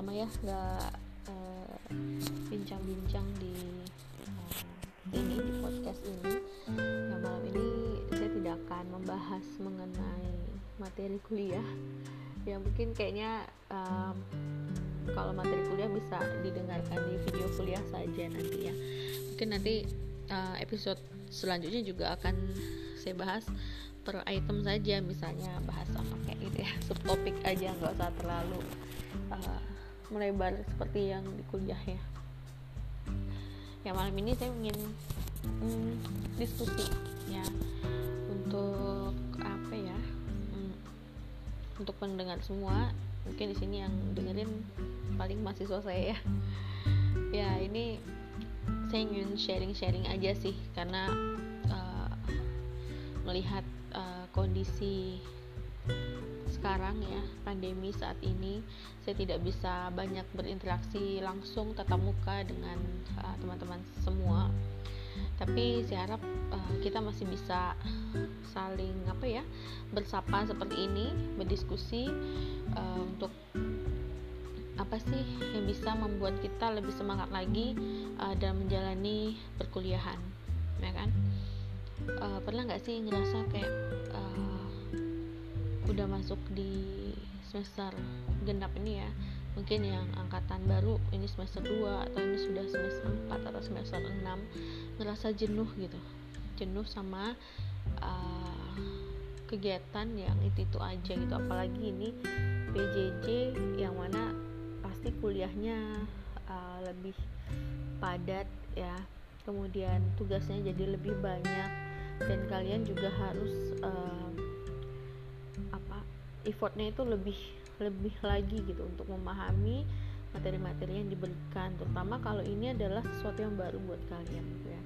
lama ya nggak bincang-bincang di podcast ini. Nah, malam ini saya tidak akan membahas mengenai materi kuliah. Ya mungkin kayaknya kalau materi kuliah bisa didengarkan di video kuliah saja nanti ya. Mungkin nanti episode selanjutnya juga akan saya bahas per item saja, misalnya bahas apa kayak gitu ya, subtopik aja, nggak usah terlalu melebar seperti yang di kuliah ya. Ya malam ini saya ingin diskusi ya untuk apa ya, untuk pendengar semua. Mungkin di sini yang dengerin paling mahasiswa saya ya. Ya ini saya ingin sharing aja sih, karena melihat kondisi sekarang ya, pandemi saat ini, saya tidak bisa banyak berinteraksi langsung tatap muka dengan teman-teman semua. Tapi saya harap kita masih bisa saling bersapa seperti ini, berdiskusi untuk apa sih yang bisa membuat kita lebih semangat lagi dalam menjalani perkuliahan, ya kan? Pernah nggak sih ngerasa kayak udah masuk di semester genap ini ya, mungkin yang angkatan baru ini semester 2 atau ini sudah semester 4 atau semester 6, ngerasa jenuh gitu, jenuh sama kegiatan yang itu aja gitu. Apalagi ini PJJ yang mana pasti kuliahnya lebih padat ya, kemudian tugasnya jadi lebih banyak, dan kalian juga harus effortnya itu lebih lagi gitu untuk memahami materi-materi yang diberikan, terutama kalau ini adalah sesuatu yang baru buat kalian gitu ya.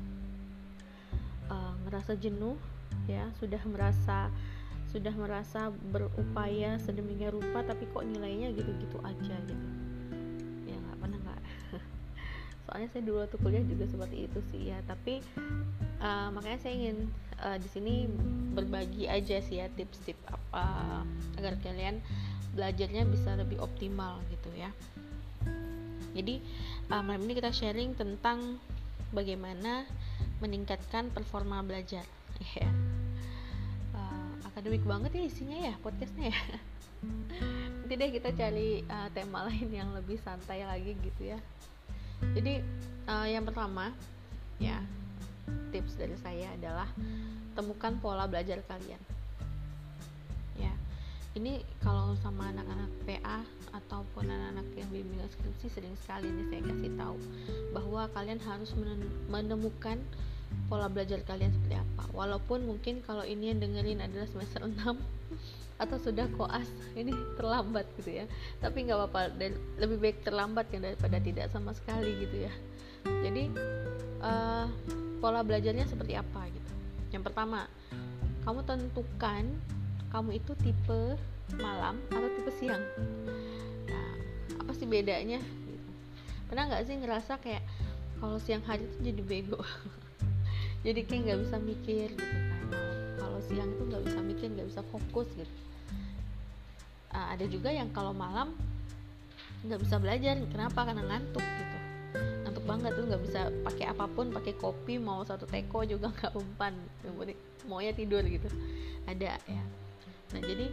Ngerasa jenuh ya, sudah merasa berupaya sedemikian rupa tapi kok nilainya gitu-gitu aja gitu ya. Nggak soalnya saya dulu waktu kuliah juga seperti itu sih ya, tapi makanya saya ingin di sini berbagi aja sih ya tips-tips apa agar kalian belajarnya bisa lebih optimal gitu ya. Jadi malam ini kita sharing tentang bagaimana meningkatkan performa belajar ya. Akademik banget ya isinya ya podcastnya ya. Nanti deh kita cari tema lain yang lebih santai lagi gitu ya. Jadi yang pertama ya, tips dari saya adalah temukan pola belajar kalian ya. Ini kalau sama anak-anak PA ataupun anak-anak yang bimbingan skripsi sering sekali nih saya kasih tahu bahwa kalian harus menemukan pola belajar kalian seperti apa. Walaupun mungkin kalau ini yang dengerin adalah semester 6 atau sudah koas, ini terlambat gitu ya, tapi nggak apa-apa, lebih baik terlambat ya daripada tidak sama sekali gitu ya. Jadi pola belajarnya seperti apa gitu. Yang pertama, kamu tentukan kamu itu tipe malam atau tipe siang. Nah, apa sih bedanya gitu. Pernah nggak sih ngerasa kayak kalau siang hari itu jadi bego jadi kayak nggak bisa mikir gitu kan, kalau siang itu nggak bisa mikir, nggak bisa fokus gitu. Ada juga yang kalau malam nggak bisa belajar. Kenapa? Karena ngantuk gitu, ngantuk banget tuh, nggak bisa pakai apapun, pakai kopi mau satu teko juga nggak umpan, maunya tidur gitu, ada ya. Nah jadi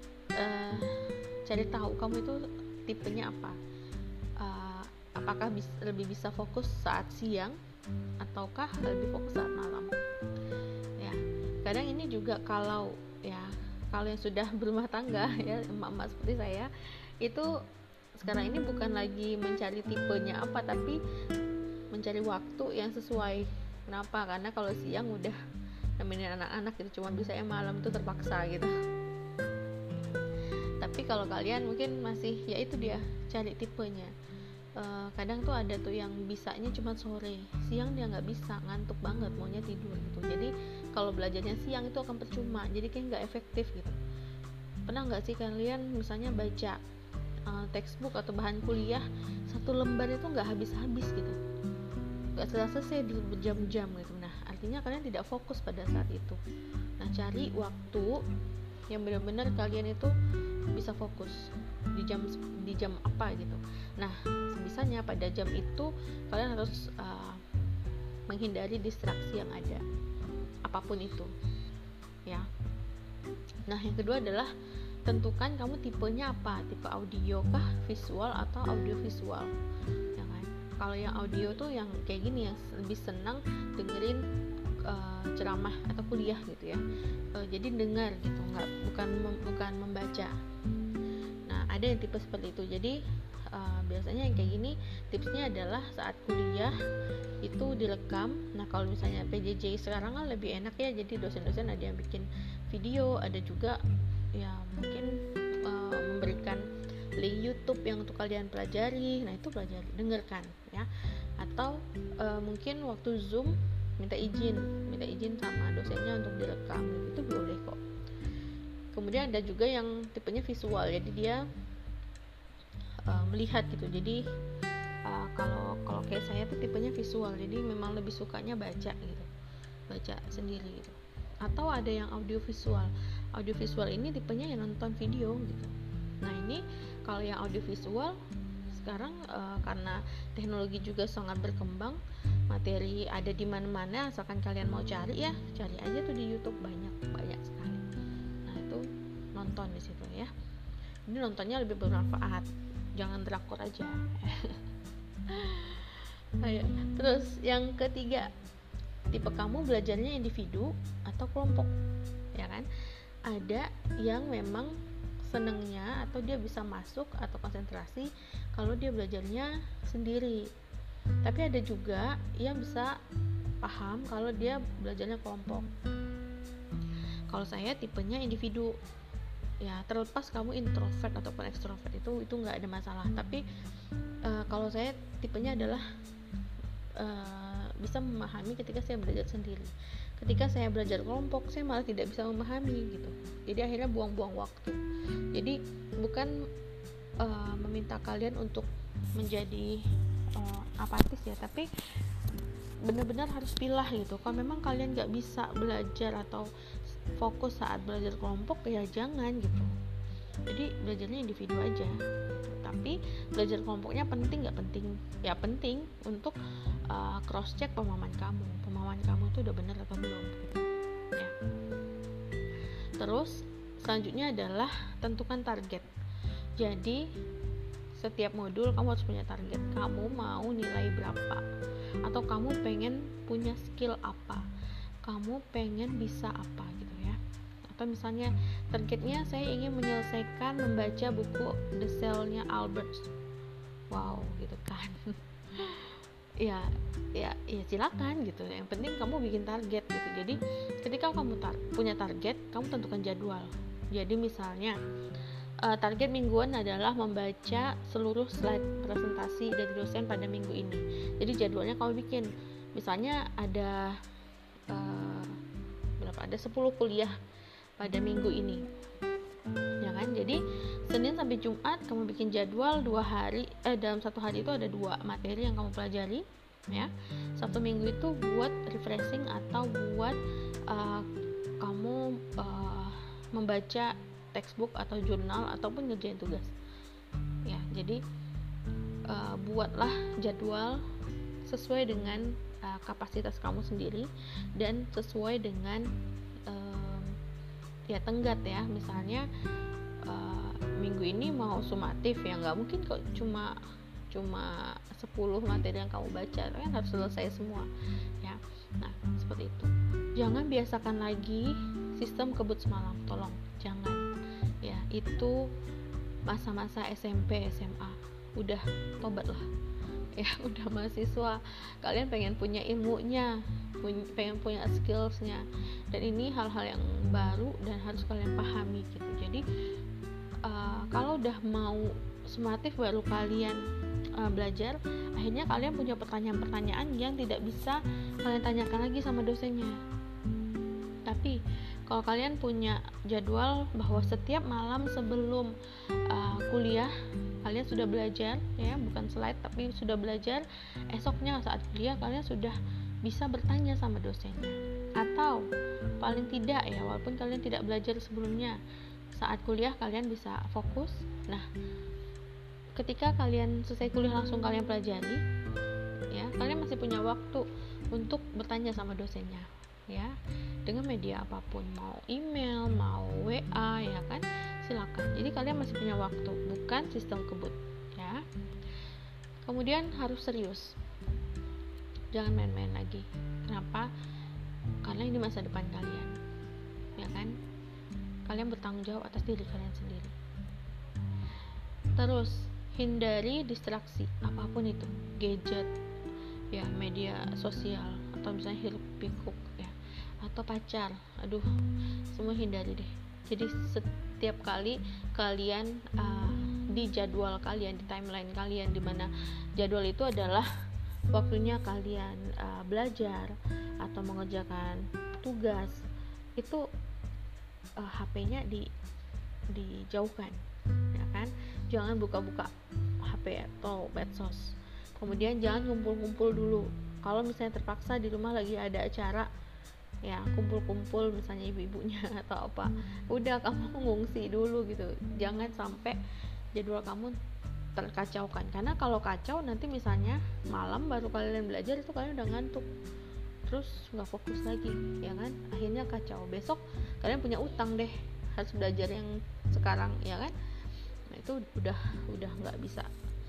cari tahu kamu itu tipenya apa. Apakah lebih bisa fokus saat siang ataukah lebih fokus saat malam ya. Kadang ini juga kalau yang sudah berumah tangga ya, emak-emak seperti saya itu sekarang ini bukan lagi mencari tipenya apa, tapi mencari waktu yang sesuai. Kenapa? Karena kalau siang udah nemenin anak-anak gitu, cuma bisa malam itu terpaksa gitu. Tapi kalau kalian mungkin masih ya itu dia, cari tipenya. Kadang tuh ada tuh yang bisanya cuma sore, siang dia nggak bisa, ngantuk banget, maunya tidur gitu. Jadi kalau belajarnya siang itu akan percuma, jadi kayak nggak efektif gitu. Pernah nggak sih kalian misalnya baca textbook atau bahan kuliah, satu lembar itu nggak habis-habis gitu, nggak selesai berjam-jam gitu. Nah artinya kalian tidak fokus pada saat itu. Nah cari waktu yang benar-benar kalian itu bisa fokus di jam apa gitu. Nah, sebisanya pada jam itu kalian harus menghindari distraksi yang ada, apapun itu ya. Nah, yang kedua adalah tentukan kamu tipenya apa, tipe audio kah, visual atau audio visual ya kan. Kalau yang audio tuh yang kayak gini, yang lebih senang dengerin ceramah atau kuliah gitu ya, jadi dengar gitu, bukan membaca. Nah, ada yang tipe seperti itu. Jadi biasanya yang kayak gini tipsnya adalah saat kuliah itu direkam. Nah, kalau misalnya PJJ sekarang kan lebih enak ya, jadi dosen-dosen ada yang bikin video, ada juga ya mungkin memberikan link YouTube yang untuk kalian pelajari. Nah, itu pelajari, dengarkan ya. Atau mungkin waktu Zoom minta izin sama dosennya untuk direkam, itu boleh kok. Kemudian ada juga yang tipenya visual, jadi dia melihat gitu. Jadi kalau kayak saya tuh tipenya visual, jadi memang lebih sukanya baca gitu, baca sendiri gitu. Atau ada yang audio visual ini tipenya yang nonton video gitu. Nah, ini kalau yang audio visual sekarang karena teknologi juga sangat berkembang, materi ada di mana-mana, asalkan kalian mau cari ya, cari aja tuh di YouTube, banyak sekali. Nah, itu nonton di situ ya. Ini nontonnya lebih bermanfaat, jangan drakor aja. Terus yang ketiga, tipe kamu belajarnya individu atau kelompok ya kan. Ada yang memang senengnya atau dia bisa masuk atau konsentrasi kalau dia belajarnya sendiri, tapi ada juga yang bisa paham kalau dia belajarnya kelompok. Kalau saya tipenya individu ya, terlepas kamu introvert ataupun ekstrovert itu nggak ada masalah. Tapi kalau saya tipenya adalah bisa memahami ketika saya belajar sendiri. Ketika saya belajar kelompok, saya malah tidak bisa memahami gitu. Jadi akhirnya buang-buang waktu. Jadi bukan meminta kalian untuk menjadi apatis ya, tapi benar-benar harus pilih gitu. Kalau memang kalian nggak bisa belajar atau fokus saat belajar kelompok, ya jangan gitu. Jadi belajarnya individu aja. Tapi belajar kelompoknya penting nggak penting? Ya penting untuk cross check pemahaman kamu itu udah benar atau belum gitu ya. Terus selanjutnya adalah tentukan target. Jadi setiap modul kamu harus punya target. Kamu mau nilai berapa, atau kamu pengen punya skill apa, kamu pengen bisa apa gitu ya. Atau misalnya targetnya saya ingin menyelesaikan membaca buku The Cell-nya Albert. Wow gitu kan. ya silakan gitu. Yang penting kamu bikin target gitu. Jadi ketika kamu punya target, kamu tentukan jadwal. Jadi misalnya target mingguan adalah membaca seluruh slide presentasi dari dosen pada minggu ini. Jadi jadwalnya kamu bikin. Misalnya ada ada 10 kuliah pada minggu ini ya kan. Jadi Senin sampai Jumat kamu bikin jadwal 2 hari, dalam satu hari itu ada 2 materi yang kamu pelajari ya. Sabtu Minggu itu buat refreshing atau buat kamu membaca textbook atau jurnal ataupun ngerjain tugas ya. Jadi buatlah jadwal sesuai dengan kapasitas kamu sendiri dan sesuai dengan ya tenggat ya. Misalnya minggu ini mau sumatif ya, nggak mungkin kok cuma 10 materi yang kamu baca, kan harus selesai semua ya. Nah seperti itu. Jangan biasakan lagi sistem kebut semalam, tolong jangan ya. Itu masa-masa SMP SMA, udah tobat lah ya. Udah mahasiswa, kalian pengen punya ilmunya, pengen punya skillsnya, dan ini hal-hal yang baru dan harus kalian pahami gitu. Jadi kalau udah mau sumatif baru kalian belajar, akhirnya kalian punya pertanyaan-pertanyaan yang tidak bisa kalian tanyakan lagi sama dosennya. Tapi kalau kalian punya jadwal bahwa setiap malam sebelum kuliah kalian sudah belajar ya, bukan slide tapi sudah belajar, esoknya saat kuliah kalian sudah bisa bertanya sama dosennya. Atau paling tidak ya, walaupun kalian tidak belajar sebelumnya, saat kuliah kalian bisa fokus. Nah, ketika kalian selesai kuliah langsung kalian pelajari, ya kalian masih punya waktu untuk bertanya sama dosennya, ya, dengan media apapun, mau email, mau WA, ya kan, silakan. Jadi kalian masih punya waktu, bukan sistem kebut, ya. Kemudian harus serius, jangan main-main lagi. Kenapa? Karena ini masa depan kalian, ya kan. Kalian bertanggung jawab atas diri kalian sendiri. Terus hindari distraksi apapun itu, gadget, ya, media sosial, atau misalnya hiruk pikuk, ya, atau pacar. Aduh, semua hindari deh. Jadi setiap kali kalian di jadwal kalian, di timeline kalian, dimana jadwal itu adalah waktunya kalian belajar atau mengerjakan tugas, itu HP-nya dijauhkan, ya kan. Jangan buka-buka HP atau medsos. Kemudian jangan ngumpul-ngumpul dulu. Kalau misalnya terpaksa di rumah lagi ada acara, ya kumpul-kumpul misalnya ibu-ibunya atau apa, udah kamu ngungsi dulu gitu. Jangan sampai jadwal kamu terkacaukan, karena kalau kacau nanti misalnya malam baru kalian belajar, itu kalian udah ngantuk, terus nggak fokus lagi, ya kan, akhirnya kacau. Besok kalian punya utang deh, harus belajar yang sekarang, ya kan. Nah itu udah nggak bisa,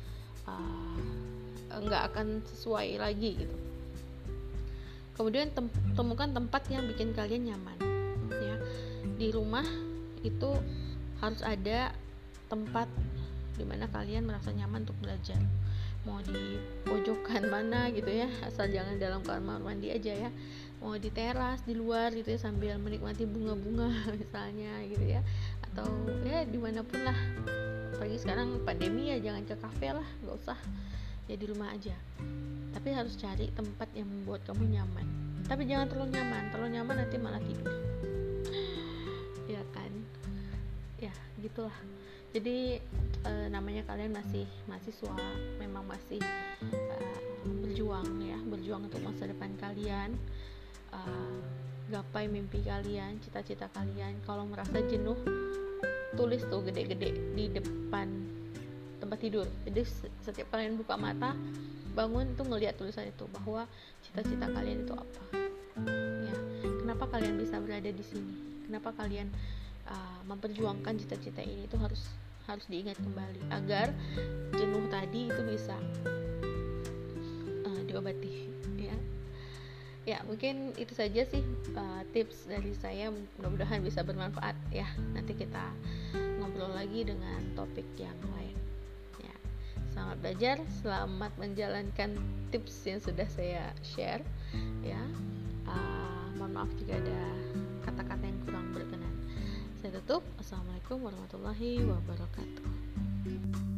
nggak akan sesuai lagi gitu. Kemudian temukan tempat yang bikin kalian nyaman, ya. Di rumah itu harus ada tempat dimana kalian merasa nyaman untuk belajar. Mau di pojokan mana gitu ya, asal jangan dalam kamar mandi aja ya. Mau di teras, di luar gitu ya, sambil menikmati bunga-bunga misalnya gitu ya, atau ya dimanapun lah. Apalagi sekarang pandemi ya, jangan ke kafe lah, nggak usah, ya di rumah aja. Tapi harus cari tempat yang membuat kamu nyaman, tapi jangan terlalu nyaman nanti malah tidur, ya kan, ya gitulah. Jadi namanya kalian masih mahasiswa, memang masih berjuang untuk masa depan kalian, gapai mimpi kalian, cita-cita kalian. Kalau merasa jenuh, tulis tuh gede-gede di depan tempat tidur. Jadi setiap kalian buka mata, bangun tuh ngelihat tulisan itu, bahwa cita-cita kalian itu apa, ya. Kenapa kalian bisa berada di sini, kenapa kalian memperjuangkan cita-cita ini, itu harus diingat kembali agar jenuh tadi itu bisa diobati, ya. Ya mungkin itu saja sih tips dari saya, mudah-mudahan bisa bermanfaat ya. Nanti kita ngobrol lagi dengan topik yang lain, ya. Selamat belajar, selamat menjalankan tips yang sudah saya share, ya. Mohon maaf jika ada kata-kata yang kurang berkenan. Saya tutup. Assalamualaikum warahmatullahi wabarakatuh.